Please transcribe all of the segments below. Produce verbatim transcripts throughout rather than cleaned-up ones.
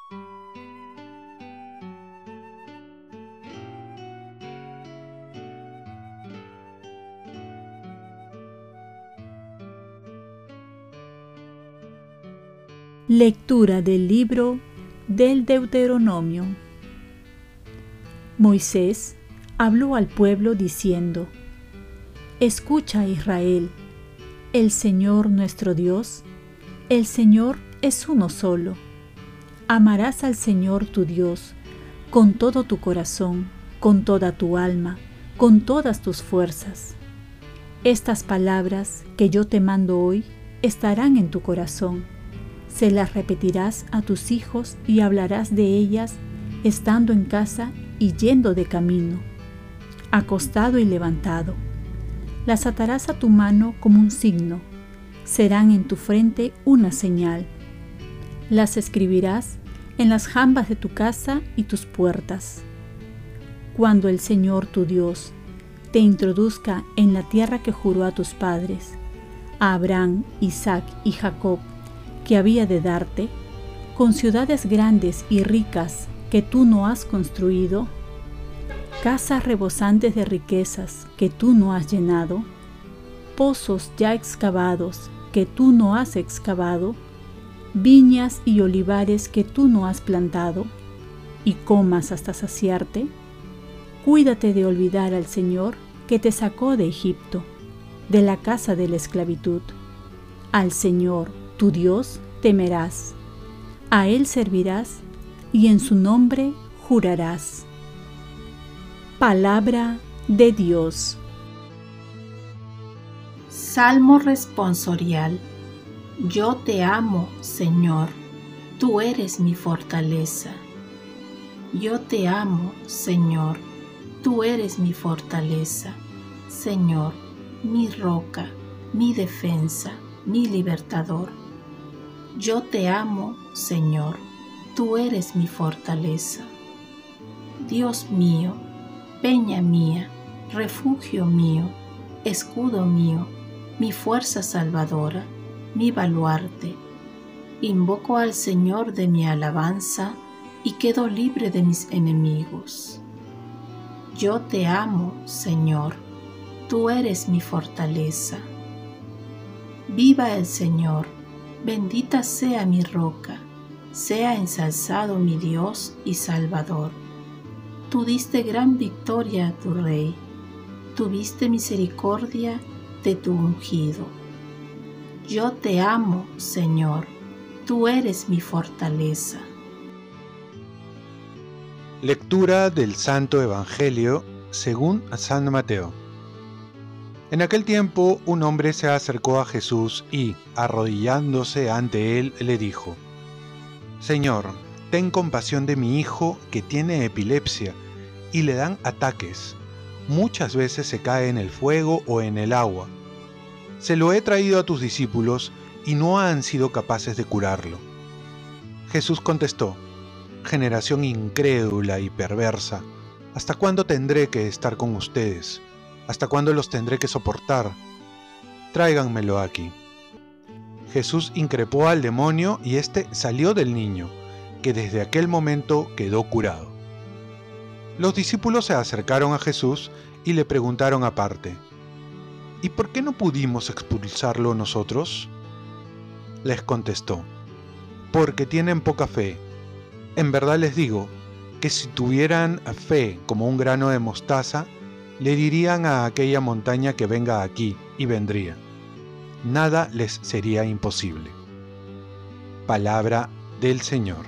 Lectura del libro del Deuteronomio. Moisés habló al pueblo diciendo: Escucha, Israel, el Señor nuestro Dios, el Señor es uno solo. Amarás al Señor tu Dios con todo tu corazón, con toda tu alma, con todas tus fuerzas. Estas palabras que yo te mando hoy estarán en tu corazón. Se las repetirás a tus hijos y hablarás de ellas estando en casa y yendo de camino, acostado y levantado. Las atarás a tu mano como un signo, serán en tu frente una señal. Las escribirás en las jambas de tu casa y tus puertas. Cuando el Señor tu Dios te introduzca en la tierra que juró a tus padres, a Abraham, Isaac y Jacob, que había de darte, con ciudades grandes y ricas que tú no has construido, casas rebosantes de riquezas que tú no has llenado, pozos ya excavados que tú no has excavado, viñas y olivares que tú no has plantado, y comas hasta saciarte, cuídate de olvidar al Señor que te sacó de Egipto, de la casa de la esclavitud. Al Señor, tu Dios, temerás, a Él servirás y en su nombre jurarás. Palabra de Dios. Salmo responsorial. Yo te amo, Señor, tú eres mi fortaleza. Yo te amo, Señor, tú eres mi fortaleza. Señor, mi roca, mi defensa, mi libertador. Yo te amo, Señor, tú eres mi fortaleza. Dios mío, peña mía, refugio mío, escudo mío, mi fuerza salvadora, mi baluarte. Invoco al Señor de mi alabanza y quedo libre de mis enemigos. Yo te amo, Señor, tú eres mi fortaleza. Viva el Señor, bendita sea mi roca, sea ensalzado mi Dios y Salvador. Tú diste gran victoria a tu Rey, tuviste misericordia de tu ungido. Yo te amo, Señor, tú eres mi fortaleza. Lectura del Santo Evangelio según San Mateo. En aquel tiempo un hombre se acercó a Jesús y, arrodillándose ante él, le dijo: Señor, ten compasión de mi hijo que tiene epilepsia y le dan ataques. Muchas veces se cae en el fuego o en el agua. Se lo he traído a tus discípulos y no han sido capaces de curarlo. Jesús contestó: Generación incrédula y perversa, ¿hasta cuándo tendré que estar con ustedes? ¿Hasta cuándo los tendré que soportar? Tráiganmelo aquí. Jesús increpó al demonio y éste salió del niño, que desde aquel momento quedó curado. Los discípulos se acercaron a Jesús y le preguntaron aparte: ¿Y por qué no pudimos expulsarlo nosotros? Les contestó: Porque tienen poca fe. En verdad les digo que si tuvieran fe como un grano de mostaza, le dirían a aquella montaña que venga aquí, y vendría. Nada les sería imposible. Palabra del Señor.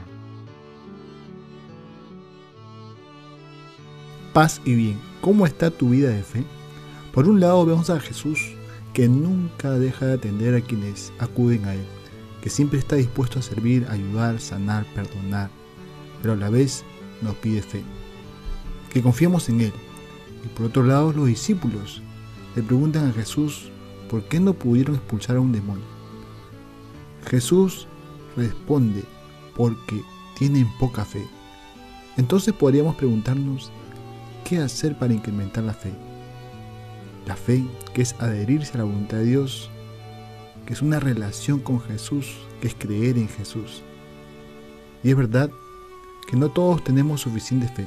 Paz y bien. ¿Cómo está tu vida de fe? Por un lado vemos a Jesús, que nunca deja de atender a quienes acuden a Él, que siempre está dispuesto a servir, ayudar, sanar, perdonar, pero a la vez nos pide fe, que confiemos en Él. Y por otro lado, los discípulos le preguntan a Jesús por qué no pudieron expulsar a un demonio. Jesús responde: porque tienen poca fe. Entonces podríamos preguntarnos, ¿qué hacer para incrementar la fe? La fe, que es adherirse a la voluntad de Dios, que es una relación con Jesús, que es creer en Jesús. Y es verdad que no todos tenemos suficiente fe.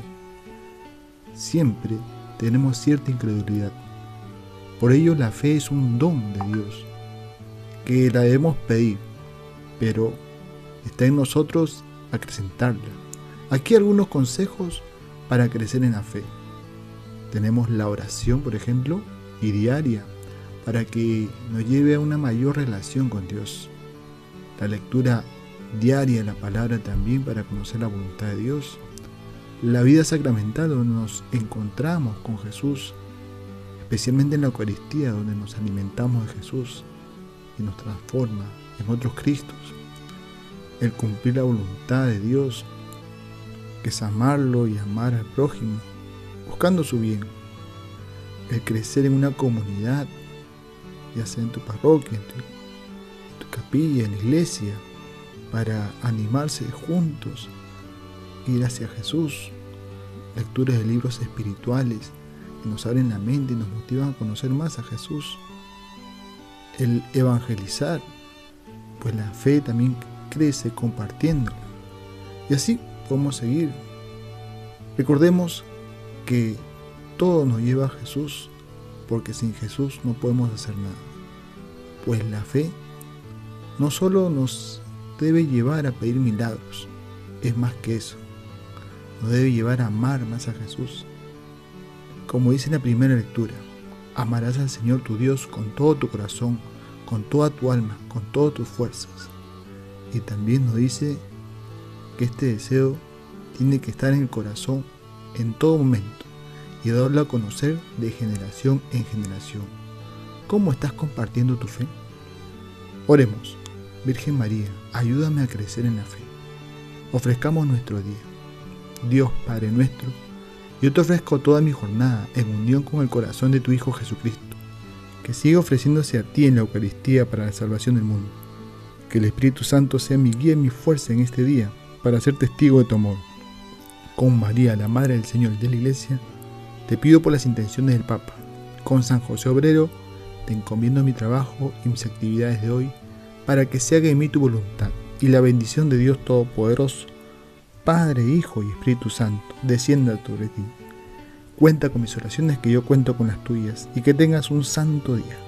Siempre tenemos cierta incredulidad. Por ello la fe es un don de Dios, que la debemos pedir, pero está en nosotros acrecentarla. Aquí algunos consejos para crecer en la fe. Tenemos la oración, por ejemplo, y diaria, para que nos lleve a una mayor relación con Dios. La lectura diaria de la palabra también para conocer la voluntad de Dios. La vida sacramental donde nos encontramos con Jesús, especialmente en la Eucaristía donde nos alimentamos de Jesús y nos transforma en otros Cristos. El cumplir la voluntad de Dios, que es amarlo y amar al prójimo, buscando su bien. El crecer en una comunidad, ya sea en tu parroquia, en tu, en tu capilla, en la iglesia, para animarse juntos, ir hacia Jesús. Lecturas de libros espirituales que nos abren la mente y nos motivan a conocer más a Jesús. El evangelizar, pues la fe también crece compartiéndola. Y así podemos seguir. Recordemos que todo nos lleva a Jesús, porque sin Jesús no podemos hacer nada. Pues la fe no solo nos debe llevar a pedir milagros, es más que eso. Nos debe llevar a amar más a Jesús. Como dice en la primera lectura, amarás al Señor tu Dios con todo tu corazón, con toda tu alma, con todas tus fuerzas. Y también nos dice que este deseo tiene que estar en el corazón en todo momento y darlo a conocer de generación en generación. ¿Cómo estás compartiendo tu fe? Oremos. Virgen María, ayúdame a crecer en la fe. Ofrezcamos nuestro día. Dios Padre nuestro, yo te ofrezco toda mi jornada en unión con el corazón de tu Hijo Jesucristo, que siga ofreciéndose a ti en la Eucaristía para la salvación del mundo. Que el Espíritu Santo sea mi guía y mi fuerza en este día para ser testigo de tu amor. Con María, la Madre del Señor y de la Iglesia, te pido por las intenciones del Papa. Con San José Obrero, te encomiendo mi trabajo y mis actividades de hoy, para que se haga en mí tu voluntad, y la bendición de Dios Todopoderoso, Padre, Hijo y Espíritu Santo, descienda sobre ti. Cuenta con mis oraciones, que yo cuento con las tuyas, y que tengas un santo día.